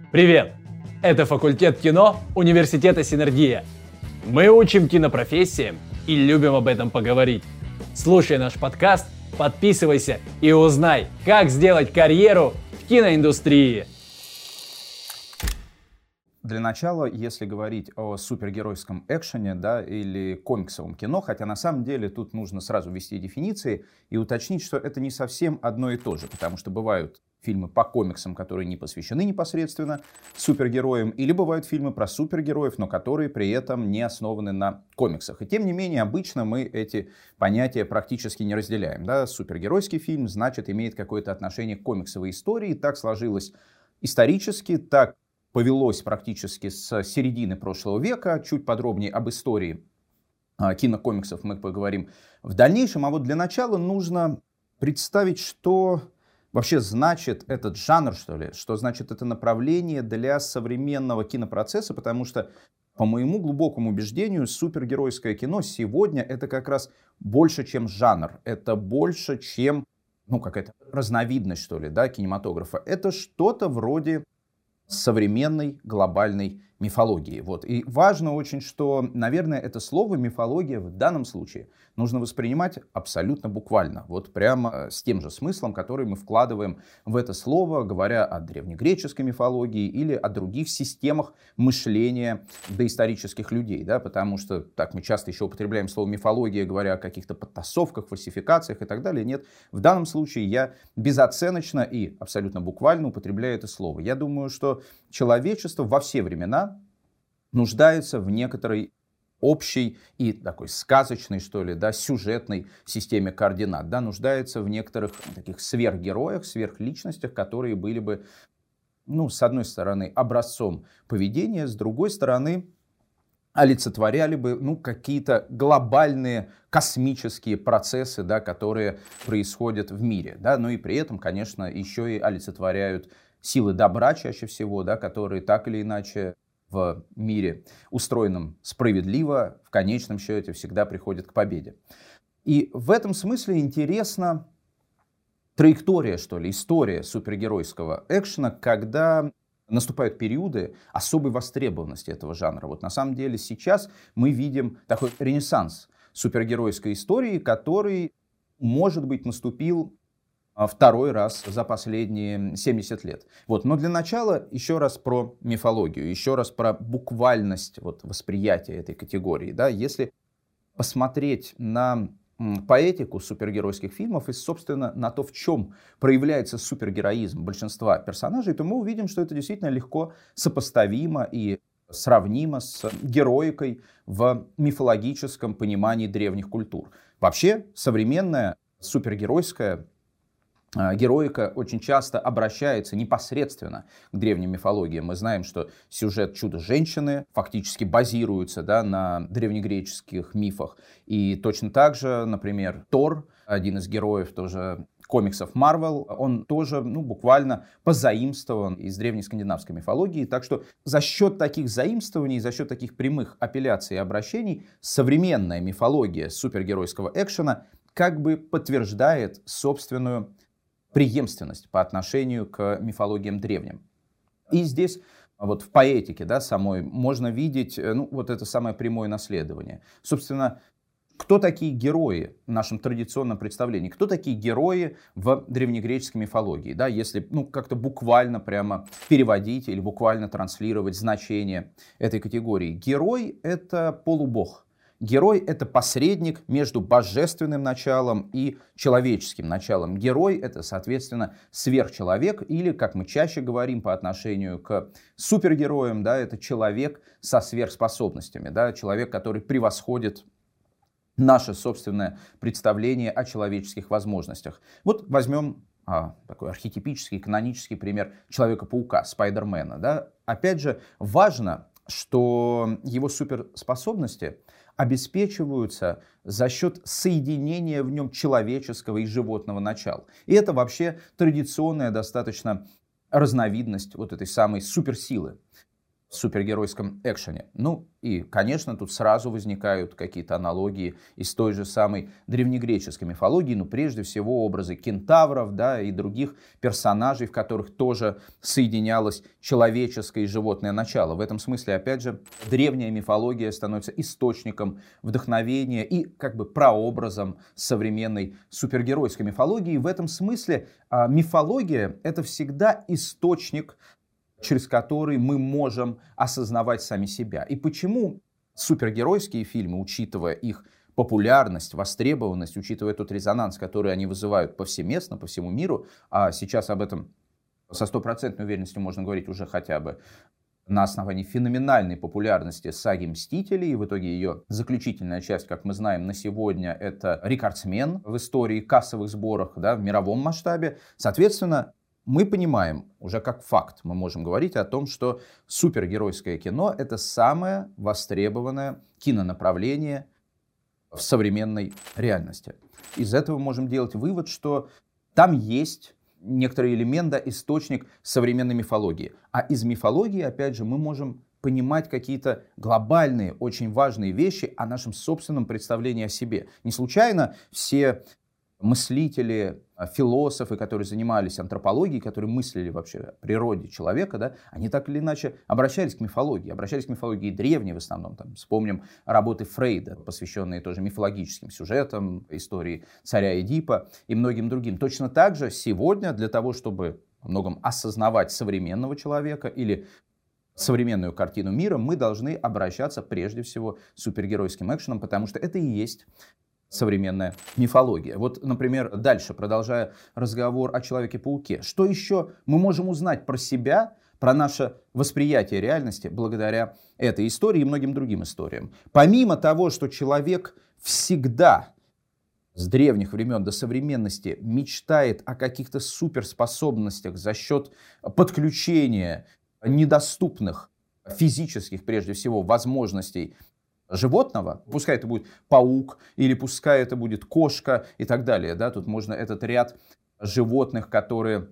Привет! Это факультет кино Университета Синергия. Мы учим кинопрофессиям и любим об этом поговорить. Слушай наш подкаст, подписывайся и узнай, как сделать карьеру в киноиндустрии. Для начала, если говорить о супергеройском экшене, да, или комиксовом кино, хотя на самом деле тут нужно сразу ввести дефиниции и уточнить, что это не совсем одно и то же, потому что бывают фильмы по комиксам, которые не посвящены непосредственно супергероям, или бывают фильмы про супергероев, но которые при этом не основаны на комиксах. И тем не менее, обычно мы эти понятия практически не разделяем. Да? Супергеройский фильм, значит, имеет какое-то отношение к комиксовой истории. Так сложилось исторически, так повелось практически с середины прошлого века. Чуть подробнее об истории кинокомиксов мы поговорим в дальнейшем. А вот для начала нужно представить, что вообще значит этот жанр, что ли, что значит это направление для современного кинопроцесса, потому что, по моему глубокому убеждению, супергеройское кино сегодня это как раз больше, чем жанр, это больше, чем, какая-то разновидность, что ли, да, кинематографа. Это что-то вроде современной глобальной мифологии. Вот. И важно очень, что, наверное, это слово мифология в данном случае нужно воспринимать абсолютно буквально. Вот прямо с тем же смыслом, который мы вкладываем в это слово, говоря о древнегреческой мифологии или о других системах мышления доисторических людей. Да? Потому что так мы часто еще употребляем слово мифология, говоря о каких-то подтасовках, фальсификациях и так далее. Нет, в данном случае я безоценочно и абсолютно буквально употребляю это слово. Я думаю, что человечество во все времена нуждается в некоторой общей и такой сказочной, что ли, да, сюжетной системе координат, да, нуждается в некоторых таких сверхгероях, сверхличностях, которые были бы, с одной стороны, образцом поведения, с другой стороны, олицетворяли бы, какие-то глобальные космические процессы, да, которые происходят в мире, да, но и при этом, конечно, еще и олицетворяют силы добра чаще всего, да, которые так или иначе в мире, устроенном справедливо, в конечном счете всегда приходят к победе. И в этом смысле интересна траектория, что ли, история супергеройского экшена, когда наступают периоды особой востребованности этого жанра. Вот на самом деле сейчас мы видим такой ренессанс супергеройской истории, который, может быть, наступил второй раз за последние 70 лет. Вот. Но для начала еще раз про мифологию, еще раз про буквальность восприятия этой категории. Да? Если посмотреть на поэтику супергеройских фильмов и, собственно, на то, в чем проявляется супергероизм большинства персонажей, то мы увидим, что это действительно легко сопоставимо и сравнимо с героикой в мифологическом понимании древних культур. Вообще, современная супергеройская героика очень часто обращается непосредственно к древним мифологиям. Мы знаем, что сюжет «Чудо-женщины» фактически базируется, да, на древнегреческих мифах. И точно так же, например, Тор, один из героев тоже комиксов Marvel, он тоже буквально позаимствован из древней скандинавской мифологии. Так что за счет таких заимствований, за счет таких прямых апелляций и обращений современная мифология супергеройского экшена как бы подтверждает собственную преемственность по отношению к мифологиям древним. И здесь в поэтике, да, самой можно видеть это самое прямое наследование. Собственно, кто такие герои в нашем традиционном представлении? Кто такие герои в древнегреческой мифологии? Да, если как-то буквально прямо переводить или буквально транслировать значение этой категории. Герой — это полубог. Герой — это посредник между божественным началом и человеческим началом. Герой — это, соответственно, сверхчеловек, или, как мы чаще говорим по отношению к супергероям, да, это человек со сверхспособностями, да, человек, который превосходит наше собственное представление о человеческих возможностях. Вот возьмем такой архетипический, канонический пример Человека-паука, Спайдермена. Да. Опять же, важно, что его суперспособности обеспечиваются за счет соединения в нем человеческого и животного начала. И это вообще традиционная достаточно разновидность этой самой суперсилы. в супергеройском экшене. Ну и, конечно, тут сразу возникают какие-то аналогии из той же самой древнегреческой мифологии, но прежде всего образы кентавров, да, и других персонажей, в которых тоже соединялось человеческое и животное начало. В этом смысле, опять же, древняя мифология становится источником вдохновения и как бы прообразом современной супергеройской мифологии. В этом смысле мифология — это всегда источник, через который мы можем осознавать сами себя. И почему супергеройские фильмы, учитывая их популярность, востребованность, учитывая тот резонанс, который они вызывают повсеместно, по всему миру, а сейчас об этом со стопроцентной уверенностью можно говорить уже хотя бы на основании феноменальной популярности саги «Мстители», и в итоге ее заключительная часть, как мы знаем, на сегодня это рекордсмен в истории кассовых сборах, да, в мировом масштабе. Соответственно, мы понимаем, уже как факт, мы можем говорить о том, что супергеройское кино — это самое востребованное кинонаправление в современной реальности. Из этого мы можем делать вывод, что там есть некоторый элемент, да, источник современной мифологии. А из мифологии, опять же, мы можем понимать какие-то глобальные, очень важные вещи о нашем собственном представлении о себе. Не случайно все мыслители, философы, которые занимались антропологией, которые мыслили вообще о природе человека, да, они так или иначе обращались к мифологии древней в основном. Там, вспомним работы Фрейда, посвященные тоже мифологическим сюжетам, истории царя Эдипа и многим другим. Точно так же сегодня для того, чтобы во многом осознавать современного человека или современную картину мира, мы должны обращаться прежде всего с супергеройским экшеном, потому что это и есть современная мифология. Вот, например, дальше, продолжая разговор о Человеке-пауке. Что еще мы можем узнать про себя, про наше восприятие реальности благодаря этой истории и многим другим историям? Помимо того, что человек всегда с древних времен до современности мечтает о каких-то суперспособностях за счет подключения недоступных физических, прежде всего, возможностей животного, пускай это будет паук, или пускай это будет кошка и так далее. Да? Тут можно этот ряд животных, которые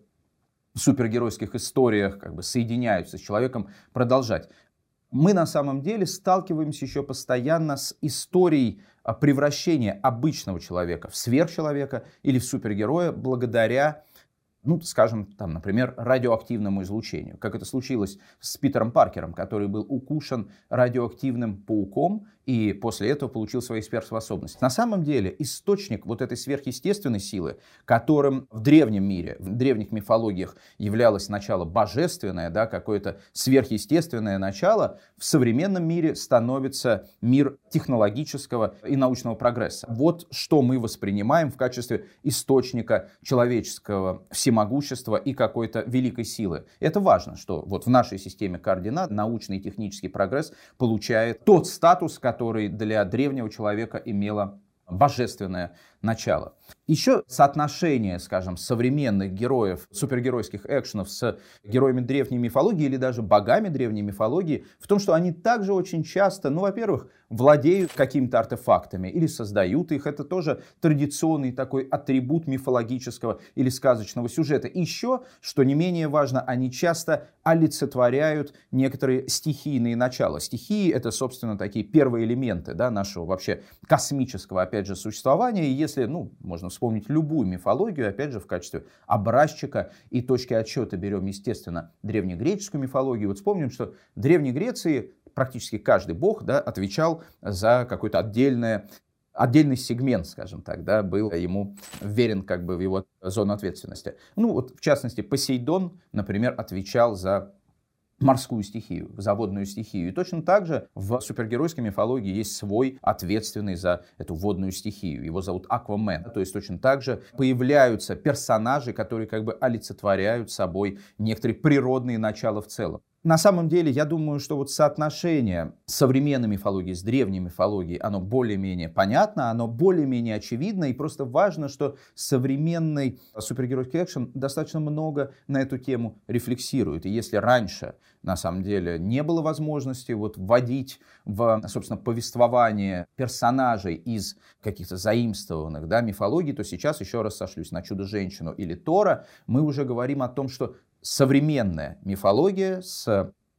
в супергеройских историях как бы соединяются с человеком, продолжать. Мы на самом деле сталкиваемся еще постоянно с историей превращения обычного человека в сверхчеловека или в супергероя благодаря, ну, скажем, там, например, радиоактивному излучению. Как это случилось с Питером Паркером, который был укушен радиоактивным пауком и после этого получил свои сверхспособности. На самом деле источник вот этой сверхъестественной силы, которым в древнем мире, в древних мифологиях являлось начало божественное, да, какое-то сверхъестественное начало, в современном мире становится мир технологического и научного прогресса. Вот что мы воспринимаем в качестве источника человеческого всемогущества и какой-то великой силы. Это важно, что вот в нашей системе координат научный и технический прогресс получает тот статус, который для древнего человека имело божественное начало. Еще соотношение, скажем, современных героев супергеройских экшенов с героями древней мифологии или даже богами древней мифологии в том, что они также очень часто, ну, во-первых, владеют какими-то артефактами или создают их. Это тоже традиционный такой атрибут мифологического или сказочного сюжета. И еще, что не менее важно, они часто олицетворяют некоторые стихийные начала. Стихии — это, собственно, такие первые элементы, да, нашего вообще космического, опять же, существования. И если, ну, можно вспомнить любую мифологию, опять же, в качестве образчика и точки отсчета берем, естественно, древнегреческую мифологию. Вот вспомним, что в Древней Греции практически каждый бог, да, отвечал за какой-то отдельный сегмент, скажем так, да, был ему верен как бы в его зону ответственности. Ну вот, в частности, Посейдон, например, отвечал за морскую стихию, за водную стихию. И точно так же в супергеройской мифологии есть свой ответственный за эту водную стихию. Его зовут Аквамен. То есть точно так же появляются персонажи, которые как бы олицетворяют собой некоторые природные начала в целом. На самом деле, я думаю, что вот соотношение современной мифологии с древней мифологией, оно более-менее понятно, оно более-менее очевидно, и просто важно, что современный супергеройский экшен достаточно много на эту тему рефлексирует. И если раньше, на самом деле, не было возможности вот вводить в, собственно, повествование персонажей из каких-то заимствованных, да, мифологий, то сейчас, еще раз сошлюсь на Чудо-женщину или Тора, мы уже говорим о том, что современная мифология с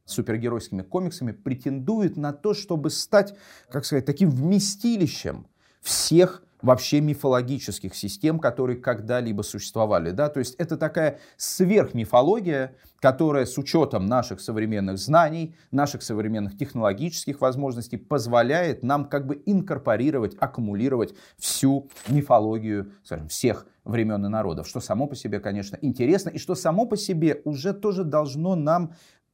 супергеройскими комиксами претендует на то, чтобы стать, как сказать, таким вместилищем всех вообще мифологических систем, которые когда-либо существовали. Да? То есть это такая сверхмифология, которая с учетом наших современных знаний, наших современных технологических возможностей позволяет нам как бы инкорпорировать, аккумулировать всю мифологию, скажем, всех времен и народов. Что само по себе, конечно, интересно, и что само по себе уже тоже должно нам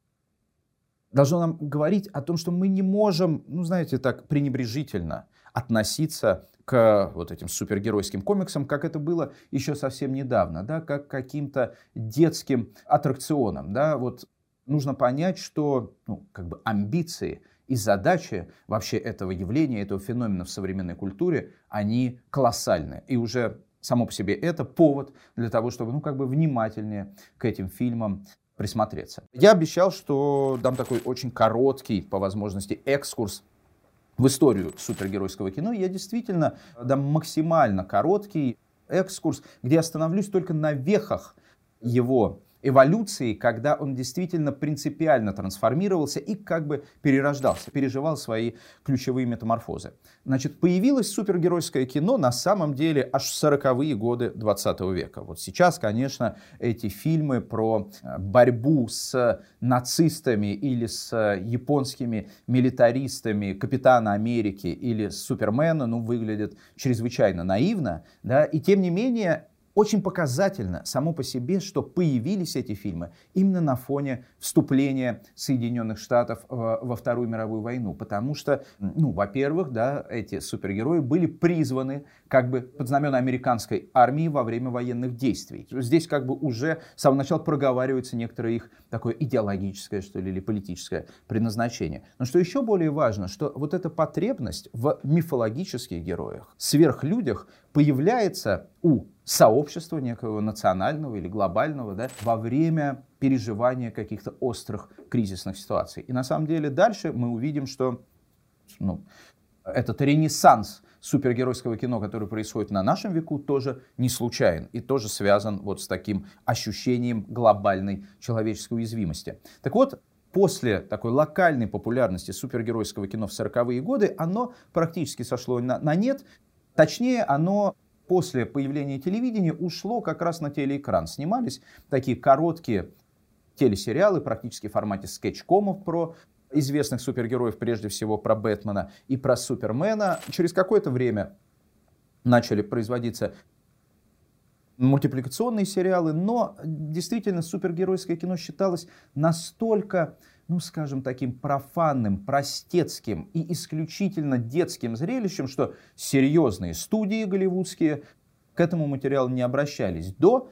говорить о том, что мы не можем, ну, знаете, так пренебрежительно относиться к вот этим супергеройским комиксам, как это было еще совсем недавно, да, как к каким-то детским аттракционам. Да. Вот нужно понять, что как бы амбиции и задачи вообще этого явления, этого феномена в современной культуре, они колоссальны. И уже само по себе это повод для того, чтобы как бы внимательнее к этим фильмам присмотреться. Я обещал, что дам такой очень короткий, по возможности, экскурс в историю супергеройского кино. Я действительно дам максимально короткий экскурс, где остановлюсь только на вехах его эволюции, когда он действительно принципиально трансформировался и как бы перерождался, переживал свои ключевые метаморфозы. Значит, появилось супергеройское кино на самом деле аж в 40-е годы 20 века. Вот сейчас, конечно, эти фильмы про борьбу с нацистами или с японскими милитаристами Капитана Америки или Супермена, выглядят чрезвычайно наивно, да, и тем не менее очень показательно само по себе, что появились эти фильмы именно на фоне вступления Соединенных Штатов во Вторую мировую войну. Потому что, во-первых, да, эти супергерои были призваны как бы под знамена американской армии во время военных действий. Здесь как бы уже с самого начала проговаривается некоторое их такое идеологическое, что ли, или политическое предназначение. Но что еще более важно, что вот эта потребность в мифологических героях, сверхлюдях появляется у сообщества некого национального или глобального, да, во время переживания каких-то острых кризисных ситуаций. И на самом деле дальше мы увидим, что этот ренессанс супергеройского кино, который происходит на нашем веку, тоже не случайен и тоже связан вот с таким ощущением глобальной человеческой уязвимости. Так вот, после такой локальной популярности супергеройского кино в 40-е годы оно практически сошло на нет. Точнее, оно после появления телевидения ушло как раз на телеэкран. Снимались такие короткие телесериалы, практически в формате скетч-комов про известных супергероев, прежде всего про Бэтмена и про Супермена. Через какое-то время начали производиться мультипликационные сериалы, но действительно супергеройское кино считалось настолько, скажем, таким профанным, простецким и исключительно детским зрелищем, что серьезные студии голливудские к этому материалу не обращались до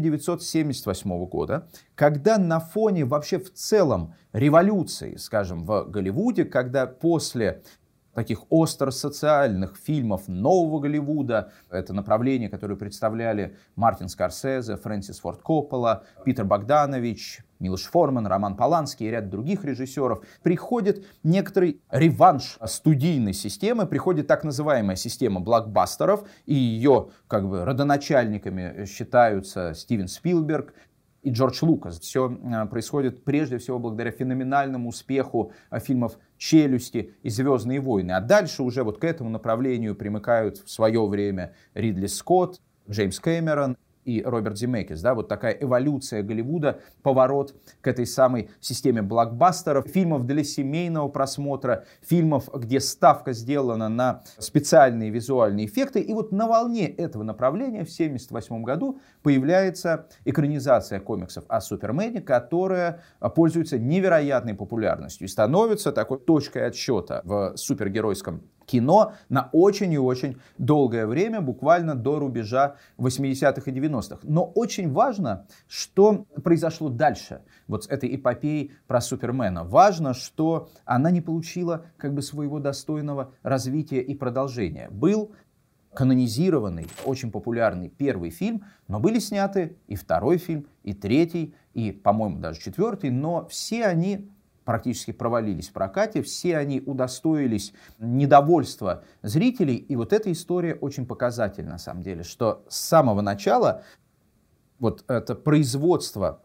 1978 года, когда на фоне вообще в целом революции, скажем, в Голливуде, когда после таких остросоциальных фильмов нового Голливуда, это направление, которое представляли Мартин Скорсезе, Фрэнсис Форд Коппола, Питер Богданович, Милош Форман, Роман Поланский и ряд других режиссеров, приходит некоторый реванш студийной системы, приходит так называемая система блокбастеров, и ее как бы родоначальниками считаются Стивен Спилберг и Джордж Лукас. Все происходит прежде всего благодаря феноменальному успеху фильмов «Челюсти» и «Звездные войны». А дальше уже вот к этому направлению примыкают в свое время Ридли Скотт, Джеймс Кэмерон и Роберт Земекис. Да, вот такая эволюция Голливуда, поворот к этой самой системе блокбастеров, фильмов для семейного просмотра, фильмов, где ставка сделана на специальные визуальные эффекты. И вот на волне этого направления в 1978 году появляется экранизация комиксов о Супермене, которая пользуется невероятной популярностью и становится такой точкой отсчета в супергеройском кино на очень и очень долгое время, буквально до рубежа 80-х и 90-х. Но очень важно, что произошло дальше вот с этой эпопеей про Супермена. Важно, что она не получила как бы своего достойного развития и продолжения. Был канонизированный, очень популярный первый фильм, но были сняты и второй фильм, и третий, и, по-моему, даже четвертый, но все они практически провалились в прокате, все они удостоились недовольства зрителей, и вот эта история очень показательна, на самом деле, что с самого начала вот это производство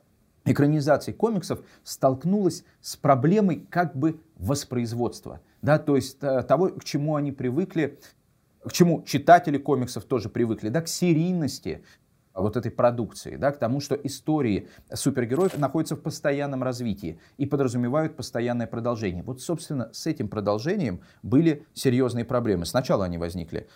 экранизаций комиксов столкнулась с проблемой как бы воспроизводства. Да, то есть того, к чему они привыкли, к чему читатели комиксов тоже привыкли, да, к серийности вот этой продукции, да, к тому, что истории супергероев находятся в постоянном развитии и подразумевают постоянное продолжение. Вот, собственно, с этим продолжением были серьезные проблемы. Сначала они возникли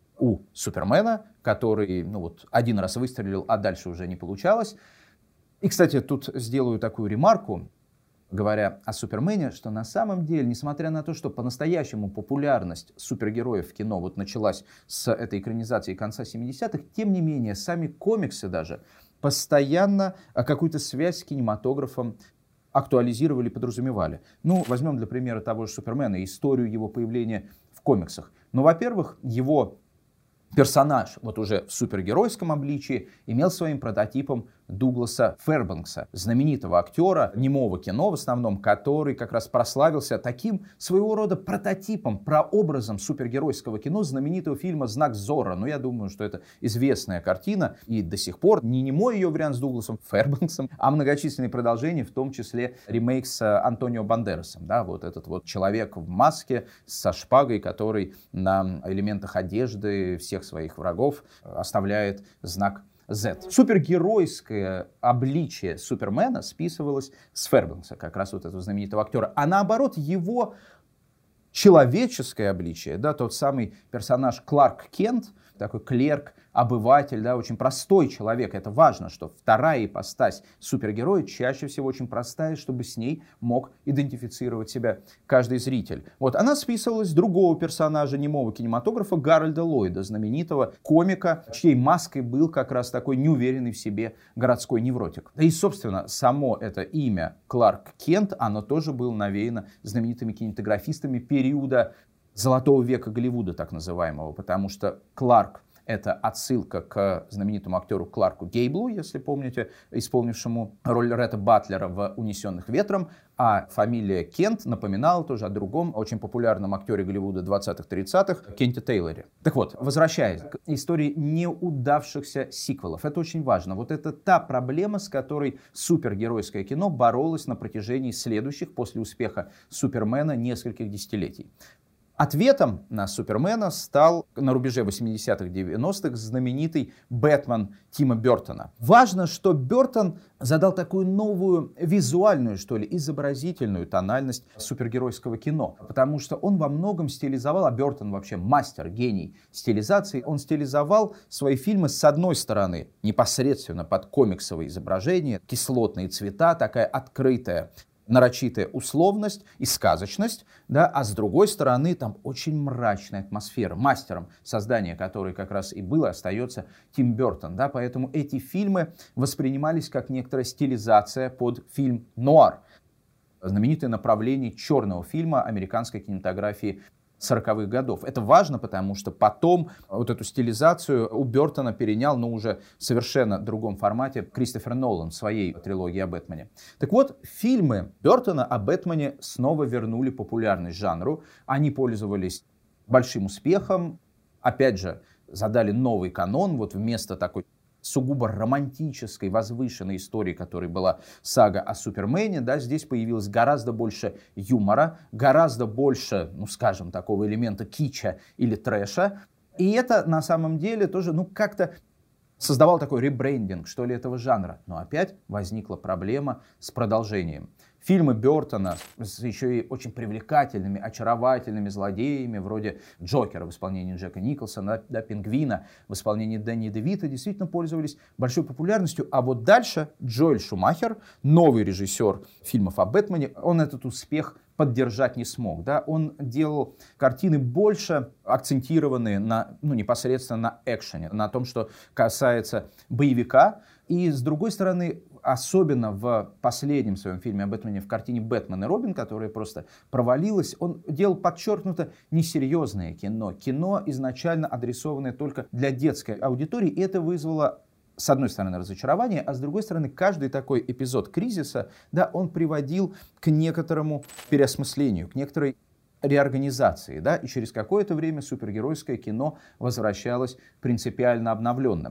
у Супермена, который, ну вот, один раз выстрелил, а дальше уже не получалось. И, кстати, тут сделаю такую ремарку, говоря о Супермене, что на самом деле, несмотря на то, что по-настоящему популярность супергероев в кино вот началась с этой экранизации конца 70-х, тем не менее, сами комиксы даже постоянно какую-то связь с кинематографом актуализировали, подразумевали. Ну, возьмем для примера того же Супермена, историю его появления в комиксах. Ну, во-первых, его персонаж, вот уже в супергеройском обличии, имел своим прототипом Дугласа Фэрбанкса, знаменитого актера немого кино в основном, который как раз прославился таким своего рода прототипом, прообразом супергеройского кино знаменитого фильма «Знак Зорро». Но я думаю, что это известная картина, и до сих пор не немой ее вариант с Дугласом Фэрбанксом, а многочисленные продолжения, в том числе ремейк с Антонио Бандерасом. Да, вот этот вот человек в маске со шпагой, который на элементах одежды всех своих врагов оставляет знак Z. Супергеройское обличие Супермена списывалось с Фэрбанкса, как раз вот этого знаменитого актера. А наоборот, его человеческое обличие, да, тот самый персонаж Кларк Кент, такой клерк, обыватель, да, очень простой человек. Это важно, что вторая ипостась супергероя чаще всего очень простая, чтобы с ней мог идентифицировать себя каждый зритель. Вот она списывалась с другого персонажа немого кинематографа Гарольда Ллойда, знаменитого комика, чьей маской был как раз такой неуверенный в себе городской невротик. И, собственно, само это имя Кларк Кент, оно тоже было навеяно знаменитыми кинематографистами периода Золотого века Голливуда, так называемого, потому что Кларк — это отсылка к знаменитому актеру Кларку Гейблу, если помните, исполнившему роль Ретта Батлера в «Унесенных ветром», а фамилия Кент напоминала тоже о другом очень популярном актере Голливуда 20-30-х Кенте Тейлоре. Так вот, возвращаясь к истории неудавшихся сиквелов, это очень важно. Вот это та проблема, с которой супергеройское кино боролось на протяжении следующих после успеха Супермена нескольких десятилетий. Ответом на Супермена стал на рубеже 80-х, 90-х знаменитый Бэтмен Тима Бертона. Важно, что Бертон задал такую новую визуальную, что ли, изобразительную тональность супергеройского кино, потому что он во многом стилизовал, а Бертон вообще мастер, гений стилизации, он стилизовал свои фильмы с одной стороны непосредственно под комиксовое изображение, кислотные цвета, такая открытая, нарочитая условность и сказочность, да, а с другой стороны там очень мрачная атмосфера, мастером создания которой как раз и был и остается Тим Бертон. Да, поэтому эти фильмы воспринимались как некоторая стилизация под фильм нуар, знаменитое направление черного фильма американской кинематографии 40-х годов. Это важно, потому что потом вот эту стилизацию у Бертона перенял, но уже в совершенно другом формате, Кристофер Нолан в своей трилогии о Бэтмене. Так вот, фильмы Бертона о Бэтмене снова вернули популярность жанру. Они пользовались большим успехом. Опять же, задали новый канон. Вот вместо такой сугубо романтической, возвышенной истории, которой была сага о Супермене, да, здесь появилось гораздо больше юмора, гораздо больше, ну скажем, такого элемента кича или трэша. И это на самом деле тоже, ну как-то создавал такой ребрендинг, что ли, этого жанра. Но опять возникла проблема с продолжением. Фильмы Бертона с еще и очень привлекательными, очаровательными злодеями, вроде Джокера в исполнении Джека Николсона, да, Пингвина в исполнении Дэнни Девита, действительно пользовались большой популярностью. А вот дальше Джоэль Шумахер, новый режиссер фильмов о Бэтмене, он этот успех поддержать не смог. Да? Он делал картины больше акцентированные на, ну, непосредственно на экшене, на том, что касается боевика. И с другой стороны, особенно в последнем своем фильме о Бэтмене, в картине «Бэтмен и Робин», которая просто провалилась, он делал подчеркнуто несерьезное кино. Кино, изначально адресованное только для детской аудитории, и это вызвало, с одной стороны, разочарование, а с другой стороны, каждый такой эпизод кризиса, да, он приводил к некоторому переосмыслению, к некоторой реорганизации, да, и через какое-то время супергеройское кино возвращалось принципиально обновленным.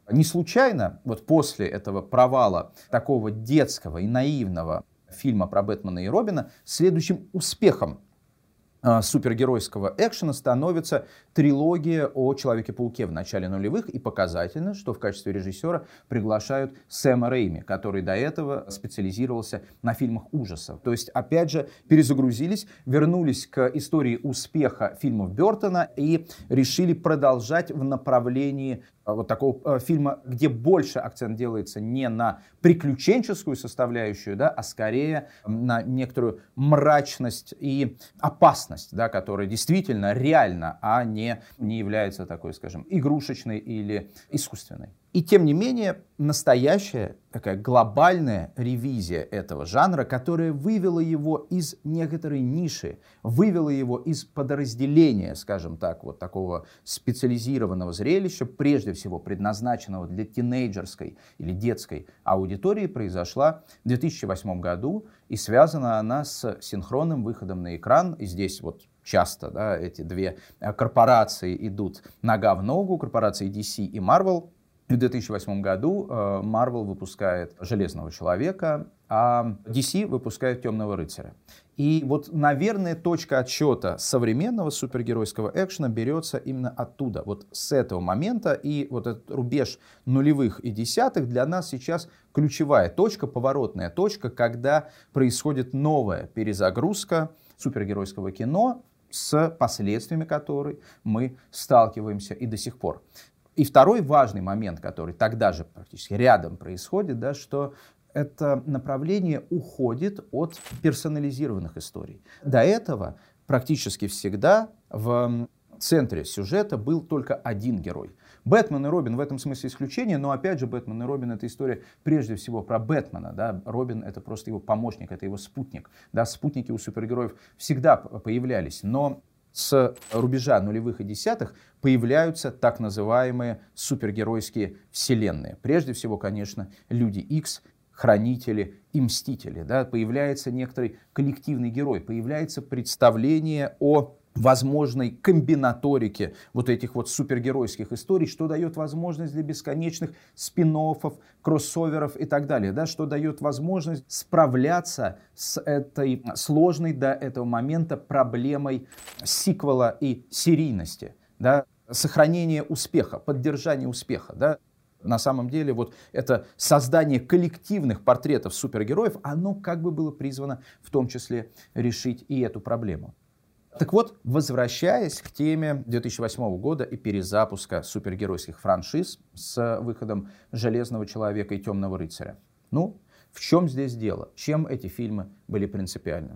Не случайно вот после этого провала такого детского и наивного фильма про Бэтмена и Робина следующим успехом супергеройского экшена становится трилогия о Человеке-пауке в начале нулевых. И показательно, что в качестве режиссера приглашают Сэма Рэйми, который до этого специализировался на фильмах ужасов. То есть, опять же, перезагрузились, вернулись к истории успеха фильмов Бёртона и решили продолжать в направлении вот такого фильма, где больше акцент делается не на приключенческую составляющую, да, а скорее на некоторую мрачность и опасность, да, которая действительно реальна, а не является такой, скажем, игрушечной или искусственной. И тем не менее, настоящая такая глобальная ревизия этого жанра, которая вывела его из некоторой ниши, вывела его из подразделения, скажем так, вот такого специализированного зрелища, прежде всего предназначенного для тинейджерской или детской аудитории, произошла в 2008 году, и связана она с синхронным выходом на экран. И здесь вот часто, да, эти две корпорации идут нога в ногу, корпорации DC и Marvel. В 2008 году Marvel выпускает «Железного человека», а DC выпускает «Темного рыцаря». И вот, наверное, точка отсчета современного супергеройского экшена берется именно оттуда, вот с этого момента. И вот этот рубеж нулевых и десятых для нас сейчас ключевая точка, поворотная точка, когда происходит новая перезагрузка супергеройского кино, с последствиями которой мы сталкиваемся и до сих пор. И второй важный момент, который тогда же практически рядом происходит, да, что это направление уходит от персонализированных историй. До этого практически всегда в центре сюжета был только один герой. Бэтмен и Робин в этом смысле исключение, но опять же Бэтмен и Робин — это история прежде всего про Бэтмена. Да? Робин — это просто его помощник, это его спутник. Да? Спутники у супергероев всегда появлялись, но с рубежа нулевых и десятых появляются так называемые супергеройские вселенные. Прежде всего, конечно, Люди Икс, Хранители и Мстители. Да? Появляется некоторый коллективный герой, появляется представление о возможной комбинаторике вот этих вот супергеройских историй, что дает возможность для бесконечных спин-оффов, кроссоверов и так далее, да, что дает возможность справляться с этой сложной до этого момента проблемой сиквела и серийности, да, сохранения успеха, поддержания успеха, да. На самом деле, вот это создание коллективных портретов супергероев, оно как бы было призвано в том числе решить и эту проблему. Так вот, возвращаясь к теме 2008 года и перезапуска супергеройских франшиз с выходом «Железного человека» и «Темного рыцаря». Ну, в чем здесь дело? Чем эти фильмы были принципиальны?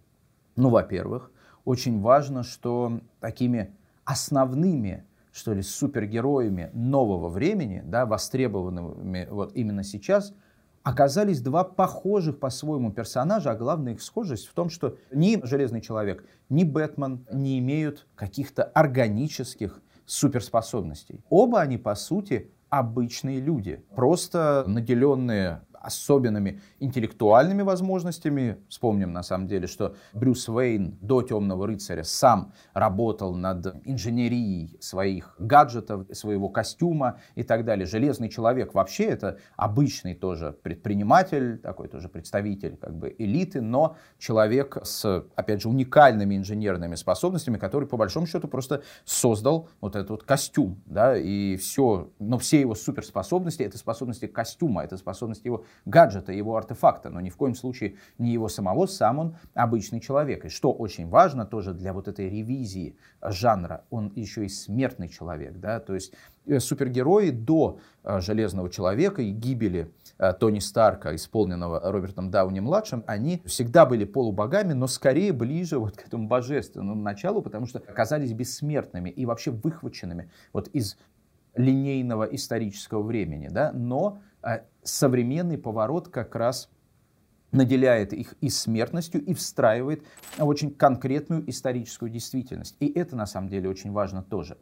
Ну, во-первых, очень важно, что такими основными, что ли, супергероями нового времени, да, востребованными вот именно сейчас, оказались два похожих по-своему персонажа, а главная их схожесть в том, что ни Железный человек, ни Бэтмен не имеют каких-то органических суперспособностей. Оба они, по сути, обычные люди, просто наделенные особенными интеллектуальными возможностями. Вспомним, на самом деле, что Брюс Уэйн до «Темного рыцаря» сам работал над инженерией своих гаджетов, своего костюма и так далее. Железный человек вообще это обычный тоже предприниматель, такой тоже представитель как бы элиты, но человек с, опять же, уникальными инженерными способностями, который по большому счету просто создал вот этот вот костюм, да, и все, но все его суперспособности — это способности костюма, это способности его гаджета, его артефакта, но ни в коем случае не его самого, сам он обычный человек. И что очень важно тоже для вот этой ревизии жанра, он еще и смертный человек, да, то есть супергерои до «Железного человека» и гибели Тони Старка, исполненного Робертом Дауни-младшим, они всегда были полубогами, но скорее ближе вот к этому божественному началу, потому что оказались бессмертными и вообще выхваченными вот из линейного исторического времени, да, но современный поворот как раз наделяет их и смертностью, и встраивает в очень конкретную историческую действительность. И это на самом деле очень важно тоже.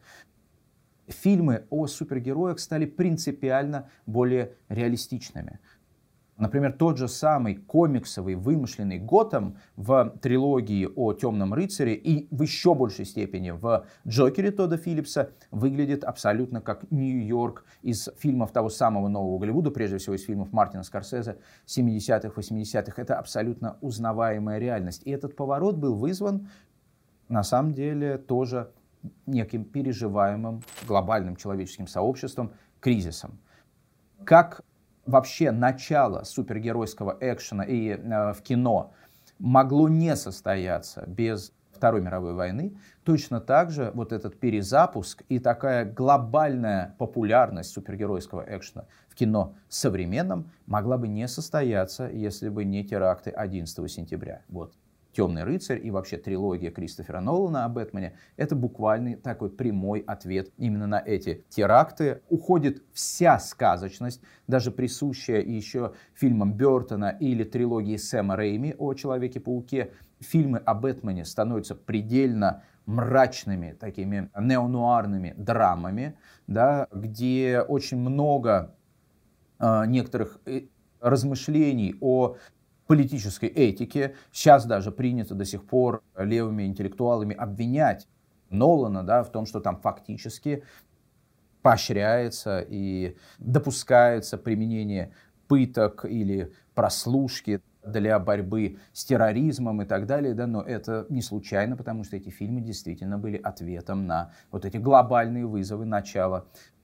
Фильмы о супергероях стали принципиально более реалистичными. Например, тот же самый комиксовый вымышленный Готэм в трилогии о Темном рыцаре и в еще большей степени в Джокере Тодда Филлипса выглядит абсолютно как Нью-Йорк из фильмов того самого нового Голливуда, прежде всего из фильмов Мартина Скорсезе 70-х, 80-х. Это абсолютно узнаваемая реальность. И этот поворот был вызван, на самом деле, тоже неким переживаемым глобальным человеческим сообществом кризисом. Как вообще начало супергеройского экшена и в кино могло не состояться без Второй мировой войны, точно так же вот этот перезапуск и такая глобальная популярность супергеройского экшена в кино современном могла бы не состояться, если бы не теракты 11 сентября. Вот. «Темный рыцарь» и вообще трилогия Кристофера Нолана о Бэтмене — это буквальный такой прямой ответ именно на эти теракты. Уходит вся сказочность, даже присущая еще фильмам Бёртона или трилогии Сэма Рэйми о Человеке-пауке. Фильмы о Бэтмене становятся предельно мрачными, такими неонуарными драмами, да, где очень много некоторых размышлений о политической этике. Сейчас даже принято до сих пор левыми интеллектуалами обвинять Нолана, да, в том, что там фактически поощряется и допускается применение пыток или прослушки для борьбы с терроризмом и так далее, да, но это не случайно, потому что эти фильмы действительно были ответом на вот эти глобальные вызовы начала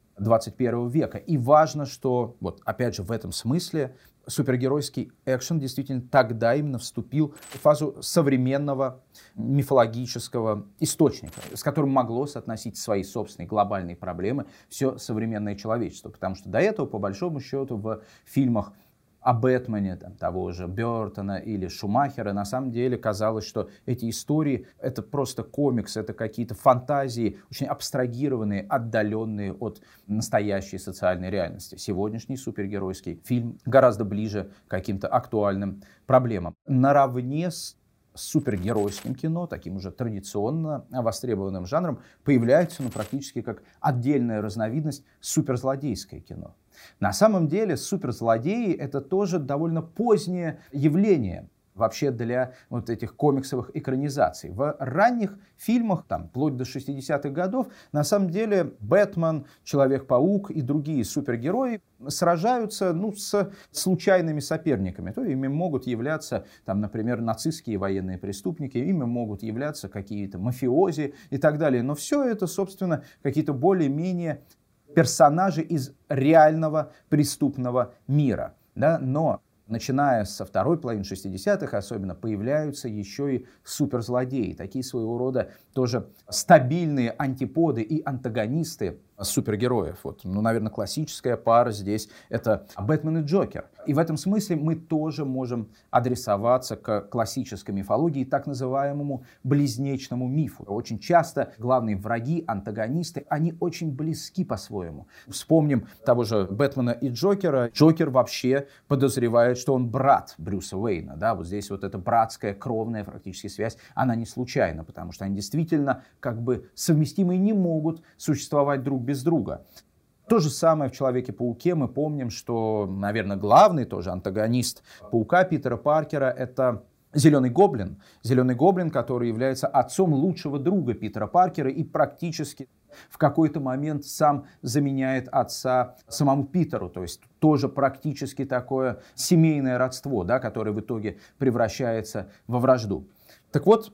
21 века. И важно, что, вот опять же в этом смысле, супергеройский экшен действительно тогда именно вступил в фазу современного мифологического источника, с которым могло соотносить свои собственные глобальные проблемы все современное человечество. Потому что до этого, по большому счету, в фильмах о Бэтмене, там, того же Бёртона или Шумахера, на самом деле казалось, что эти истории — это просто комикс, это какие-то фантазии, очень абстрагированные, отдаленные от настоящей социальной реальности. Сегодняшний супергеройский фильм гораздо ближе к каким-то актуальным проблемам. Наравне с супергеройским кино, таким уже традиционно востребованным жанром, появляется практически как отдельная разновидность суперзлодейское кино. На самом деле суперзлодеи — это тоже довольно позднее явление вообще для вот этих комиксовых экранизаций. В ранних фильмах, там, вплоть до 60-х годов, на самом деле Бэтмен, Человек-паук и другие супергерои сражаются с случайными соперниками. То ими могут являться, там, например, нацистские военные преступники, ими могут являться какие-то мафиози и так далее. Но все это, собственно, какие-то более-менее персонажи из реального преступного мира. Да? Но начиная со второй половины 60-х, особенно, появляются еще и суперзлодеи. Такие своего рода тоже стабильные антиподы и антагонисты супергероев. Вот, наверное, классическая пара здесь — это Бэтмен и Джокер. И в этом смысле мы тоже можем адресоваться к классической мифологии, так называемому близнечному мифу. Очень часто главные враги, антагонисты, они очень близки по-своему. Вспомним того же Бэтмена и Джокера. Джокер вообще подозревает, что он брат Брюса Уэйна. Да? Вот здесь вот эта братская, кровная практически связь, она не случайна, потому что они действительно как бы совместимы и не могут существовать друг без друга. То же самое в Человеке-пауке. Мы помним, что, наверное, главный тоже антагонист Паука Питера Паркера — это Зеленый Гоблин. Зеленый Гоблин, который является отцом лучшего друга Питера Паркера и практически в какой-то момент сам заменяет отца самому Питеру. То есть тоже практически такое семейное родство, да, которое в итоге превращается во вражду. Так вот,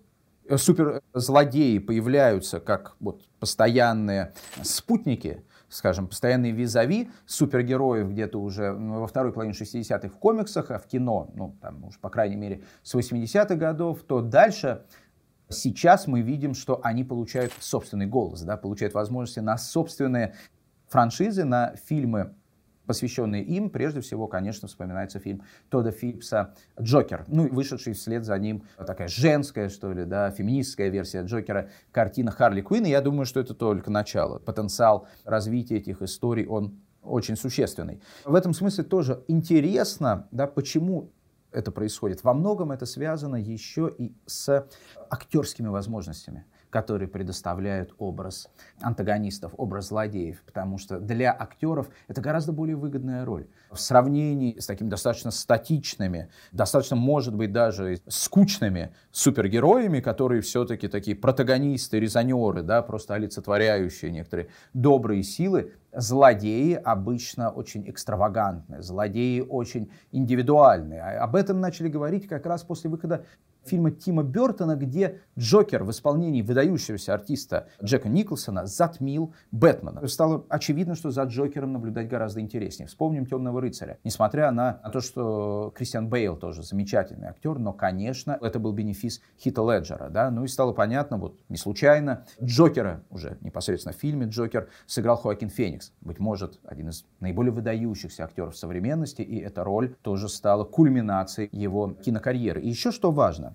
суперзлодеи появляются как вот постоянные спутники, скажем, постоянные визави супергероев где-то уже во второй половине 60-х в комиксах, а в кино, там уж по крайней мере с 80-х годов, то дальше сейчас мы видим, что они получают собственный голос, да, получают возможности на собственные франшизы, на фильмы, посвященные им. Прежде всего, конечно, вспоминается фильм Тодда Филлипса «Джокер». И вышедший вслед за ним такая женская, что ли, да, феминистская версия Джокера, картина Харли Квинн. И я думаю, что это только начало. Потенциал развития этих историй, он очень существенный. В этом смысле тоже интересно, да, почему это происходит. Во многом это связано еще и с актерскими возможностями. которые предоставляют образ антагонистов, образ злодеев, потому что для актеров это гораздо более выгодная роль. В сравнении с такими достаточно статичными, достаточно, может быть, даже скучными супергероями, которые все-таки такие протагонисты, резонеры, да, просто олицетворяющие некоторые добрые силы, злодеи обычно очень экстравагантные, злодеи очень индивидуальные. Об этом начали говорить как раз после выхода фильма Тима Бертона, где Джокер в исполнении выдающегося артиста Джека Николсона затмил Бэтмена. Стало очевидно, что за Джокером наблюдать гораздо интереснее. Вспомним «Темного рыцаря». Несмотря на то, что Кристиан Бейл тоже замечательный актер, но, конечно, это был бенефис Хита Леджера. Да? Ну и стало понятно, вот не случайно, Джокера уже непосредственно в фильме «Джокер» сыграл Хоакин Феникс. Быть может, один из наиболее выдающихся актеров современности, и эта роль тоже стала кульминацией его кинокарьеры. И еще что важно,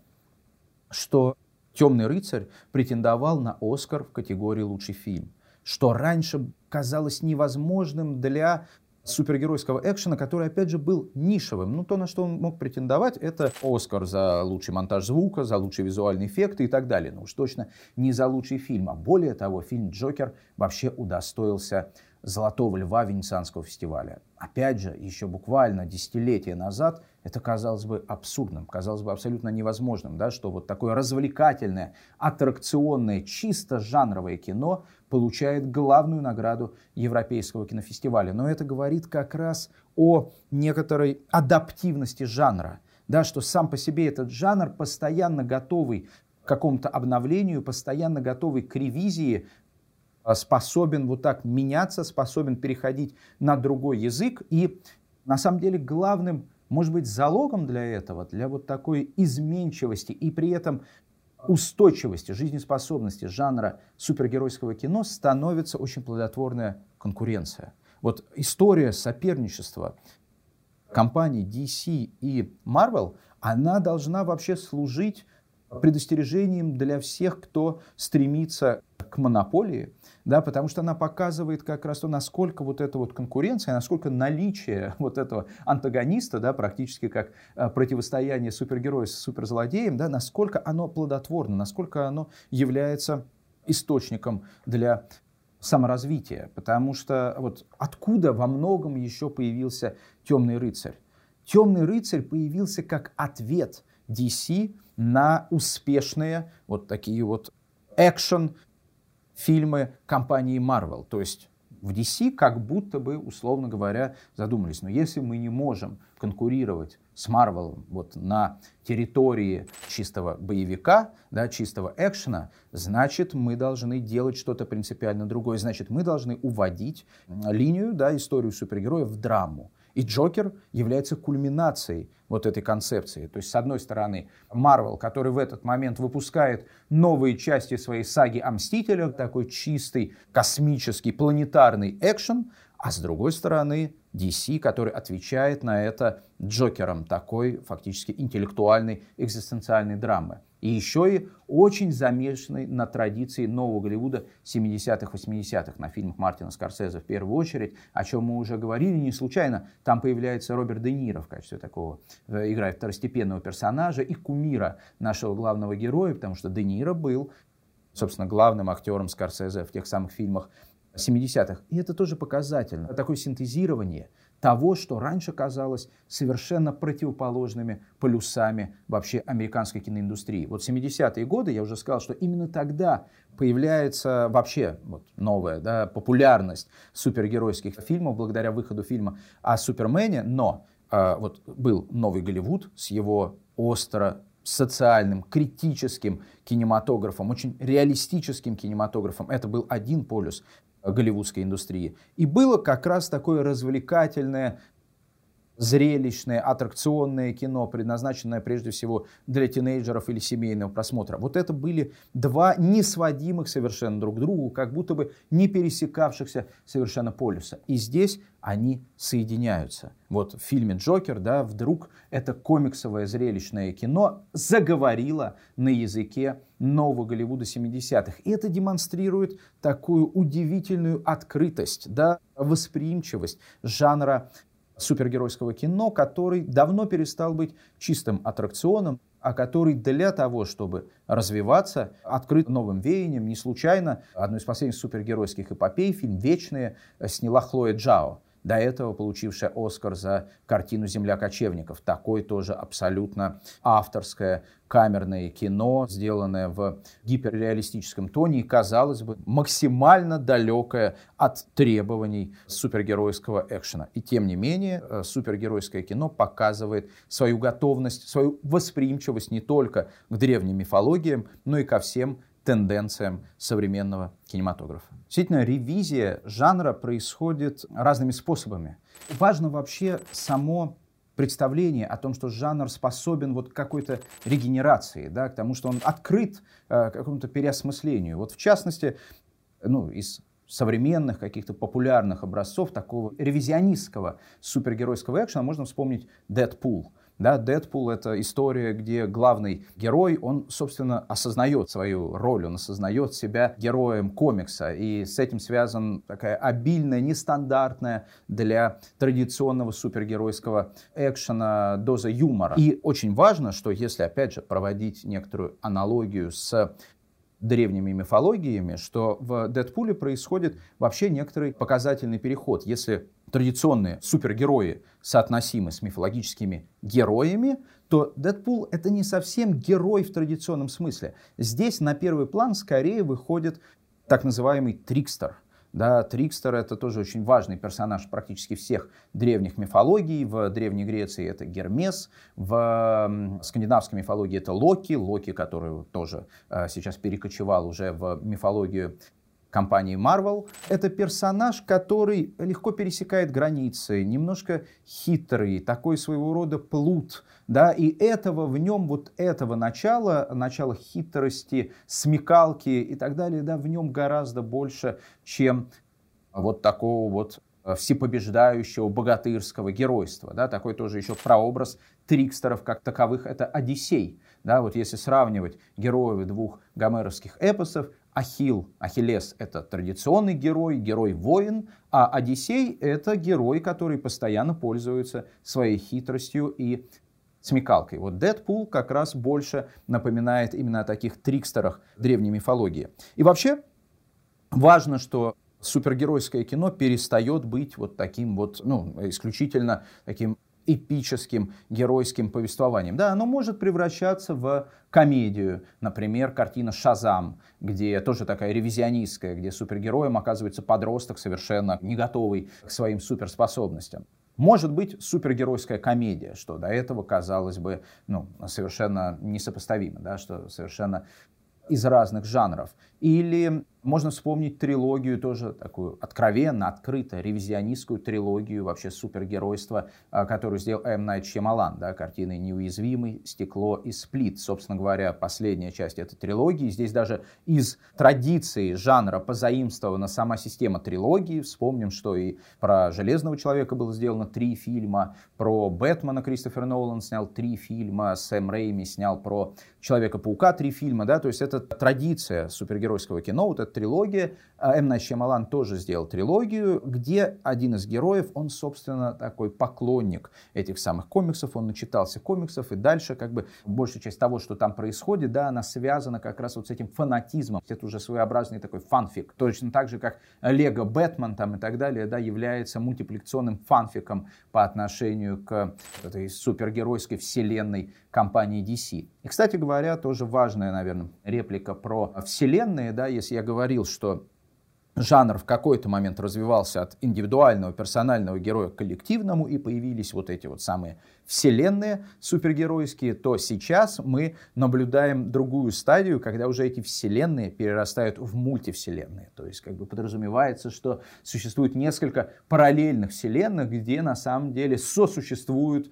что «Темный рыцарь» претендовал на «Оскар» в категории «Лучший фильм», что раньше казалось невозможным для супергеройского экшена, который, опять же, был нишевым. Ну, то, на что он мог претендовать, это «Оскар» за лучший монтаж звука, за лучшие визуальные эффекты и так далее. Но уж точно не за лучший фильм. А более того, фильм «Джокер» вообще удостоился «Золотого льва» Венецианского фестиваля. Опять же, еще буквально десятилетия назад это казалось бы абсурдным, казалось бы абсолютно невозможным, да, что вот такое развлекательное, аттракционное, чисто жанровое кино получает главную награду Европейского кинофестиваля. Но это говорит как раз о некоторой адаптивности жанра, да, что сам по себе этот жанр постоянно готовый к какому-то обновлению, постоянно готовый к ревизии, способен вот так меняться, способен переходить на другой язык. И на самом деле главным, может быть, залогом для этого, для вот такой изменчивости и при этом устойчивости, жизнеспособности жанра супергеройского кино становится очень плодотворная конкуренция. Вот история соперничества компаний DC и Marvel, она должна вообще служить предостережением для всех, кто стремится к монополии, да, потому что она показывает как раз то, насколько вот эта вот конкуренция, насколько наличие вот этого антагониста, да, практически как противостояние супергероя с суперзлодеем, да, насколько оно плодотворно, насколько оно является источником для саморазвития. Потому что вот откуда во многом еще появился «Темный рыцарь»? «Темный рыцарь» появился как ответ DC на успешные вот такие вот экшн-фильмы компании Marvel. То есть в DC как будто бы, условно говоря, задумались, но если мы не можем конкурировать с Marvel вот на территории чистого боевика, да, чистого экшена, значит, мы должны делать что-то принципиально другое. Значит, мы должны уводить линию, да, историю супергероев в драму. И «Джокер» является кульминацией вот этой концепции. То есть, с одной стороны, Marvel, который в этот момент выпускает новые части своей саги о Мстителях, такой чистый, космический, планетарный экшен, а с другой стороны, DC, который отвечает на это «Джокером», такой фактически интеллектуальной, экзистенциальной драмы. И еще и очень замешанный на традиции нового Голливуда 70-х, 80-х, на фильмах Мартина Скорсезе в первую очередь, о чем мы уже говорили не случайно. Там появляется Роберт Де Ниро в качестве такого, играет второстепенного персонажа и кумира нашего главного героя, потому что Де Ниро был, собственно, главным актером Скорсезе в тех самых фильмах 70-х. И это тоже показательно. Такое синтезирование того, что раньше казалось совершенно противоположными полюсами вообще американской киноиндустрии. Вот 70-е годы, я уже сказал, что именно тогда появляется вообще вот новая, да, популярность супергеройских фильмов благодаря выходу фильма о Супермене, но вот был новый Голливуд с его остро социальным, критическим кинематографом, очень реалистическим кинематографом. Это был один полюс голливудской индустрии. И было как раз такое развлекательное, зрелищное, аттракционное кино, предназначенное прежде всего для тинейджеров или семейного просмотра. Вот это были два несводимых совершенно друг к другу, как будто бы не пересекавшихся совершенно полюса. И здесь они соединяются. Вот в фильме «Джокер», да, вдруг это комиксовое зрелищное кино заговорило на языке нового Голливуда 70-х. И это демонстрирует такую удивительную открытость, да, восприимчивость жанра супергеройского кино, который давно перестал быть чистым аттракционом, а который для того, чтобы развиваться, открыт новым веянием. Не случайно одну из последних супергеройских эпопей, фильм «Вечные», сняла Хлоя Джао, до этого получившая «Оскар» за картину «Земля кочевников». Такое тоже абсолютно авторское камерное кино, сделанное в гиперреалистическом тоне и, казалось бы, максимально далекое от требований супергеройского экшена. И тем не менее, супергеройское кино показывает свою готовность, свою восприимчивость не только к древним мифологиям, но и ко всем тенденциям современного кинематографа. Действительно, ревизия жанра происходит разными способами. Важно вообще само представление о том, что жанр способен вот к какой-то регенерации, да, к тому, что он открыт к какому-то переосмыслению. Вот в частности, из современных каких-то популярных образцов такого ревизионистского супергеройского экшена можно вспомнить «Дэдпул». Да, «Дэдпул» — это история, где главный герой, он, собственно, осознает свою роль, он осознает себя героем комикса. И с этим связана такая обильная, нестандартная для традиционного супергеройского экшена доза юмора. И очень важно, что если, опять же, проводить некоторую аналогию с древними мифологиями, что в «Дэдпуле» происходит вообще некоторый показательный переход. Если традиционные супергерои соотносимы с мифологическими героями, то Дэдпул — это не совсем герой в традиционном смысле. Здесь на первый план скорее выходит так называемый трикстер. Да, Трикстер — это тоже очень важный персонаж практически всех древних мифологий. В Древней Греции это Гермес, в скандинавской мифологии это Локи, который тоже сейчас перекочевал уже в мифологию компании Marvel. Это персонаж, который легко пересекает границы, немножко хитрый, такой своего рода плут. Да, и этого в нем, вот этого начала хитрости, смекалки и так далее, да, в нем гораздо больше, чем вот такого вот всепобеждающего богатырского геройства. Да, такой тоже еще прообраз трикстеров как таковых — это Одиссей. Да, вот если сравнивать героев двух гомеровских эпосов, Ахиллес — это традиционный герой-воин, а Одиссей — это герой, который постоянно пользуется своей хитростью и смекалкой. Вот Дэдпул как раз больше напоминает именно о таких трикстерах древней мифологии. И вообще важно, что супергеройское кино перестает быть вот таким вот, исключительно таким эпическим геройским повествованием. Да, оно может превращаться в комедию. Например, картина «Шазам», где тоже такая ревизионистская, где супергероем оказывается подросток, совершенно не готовый к своим суперспособностям. Может быть супергеройская комедия, что до этого казалось бы совершенно несопоставимо, да, что совершенно из разных жанров. Или можно вспомнить трилогию, тоже такую откровенно, открыто, ревизионистскую трилогию вообще супергеройства, которую сделал М. Найт Шьямалан, да, картины «Неуязвимый», «Стекло» и «Сплит». Собственно говоря, последняя часть этой трилогии. Здесь даже из традиции жанра позаимствована сама система трилогии. Вспомним, что и про «Железного человека» было сделано 3 фильма, про Бэтмена Кристофер Нолан снял 3 фильма, Сэм Рэйми снял про Человека-паука 3 фильма. Да, то есть это традиция супергеройского кино, вот эта трилогия. М. Найт Шьямалан тоже сделал трилогию, где один из героев, он, собственно, такой поклонник этих самых комиксов, он начитался комиксов, и дальше как бы большая часть того, что там происходит, да, она связана как раз вот с этим фанатизмом. Это уже своеобразный такой фанфик. Точно так же, как Лего Бэтмен там и так далее, да, является мультипликационным фанфиком по отношению к этой супергеройской вселенной компании DC. И, кстати говоря, тоже важная, наверное, реплика про вселенные, да, если я говорил, что жанр в какой-то момент развивался от индивидуального персонального героя к коллективному, и появились вот эти вот самые вселенные супергеройские, то сейчас мы наблюдаем другую стадию, когда уже эти вселенные перерастают в мультивселенные. То есть как бы подразумевается, что существует несколько параллельных вселенных, где на самом деле сосуществуют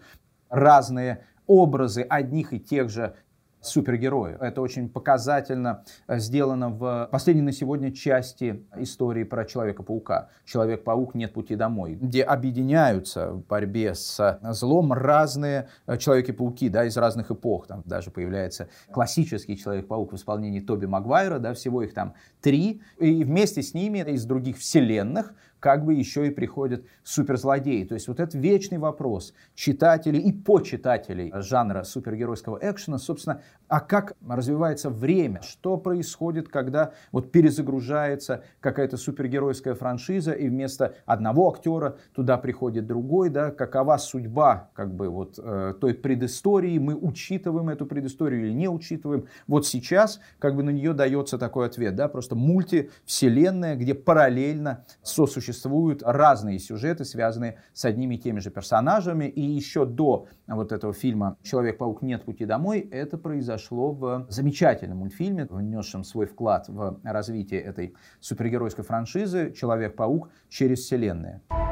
разные образы одних и тех же супергероев. Это очень показательно сделано в последней на сегодня части истории про Человека-паука. Человек-паук «Нет пути домой», где объединяются в борьбе с злом разные Человеки-пауки, да, из разных эпох. Там даже появляется классический Человек-паук в исполнении Тоби Магуайра, да, всего их там 3. И вместе с ними из других вселенных как бы еще и приходят суперзлодеи. То есть вот этот вечный вопрос читателей и почитателей жанра супергеройского экшена, собственно, а как развивается время, что происходит, когда вот перезагружается какая-то супергеройская франшиза, и вместо одного актера туда приходит другой, да, какова судьба как бы вот той предыстории, мы учитываем эту предысторию или не учитываем. Вот сейчас как бы на нее дается такой ответ, да, просто мультивселенная, где параллельно сосуществуют разные сюжеты, связанные с одними и теми же персонажами. И еще до вот этого фильма «Человек-паук. Нет пути домой» это произошло в замечательном мультфильме, внесшем свой вклад в развитие этой супергеройской франшизы «Человек-паук. Через вселенные».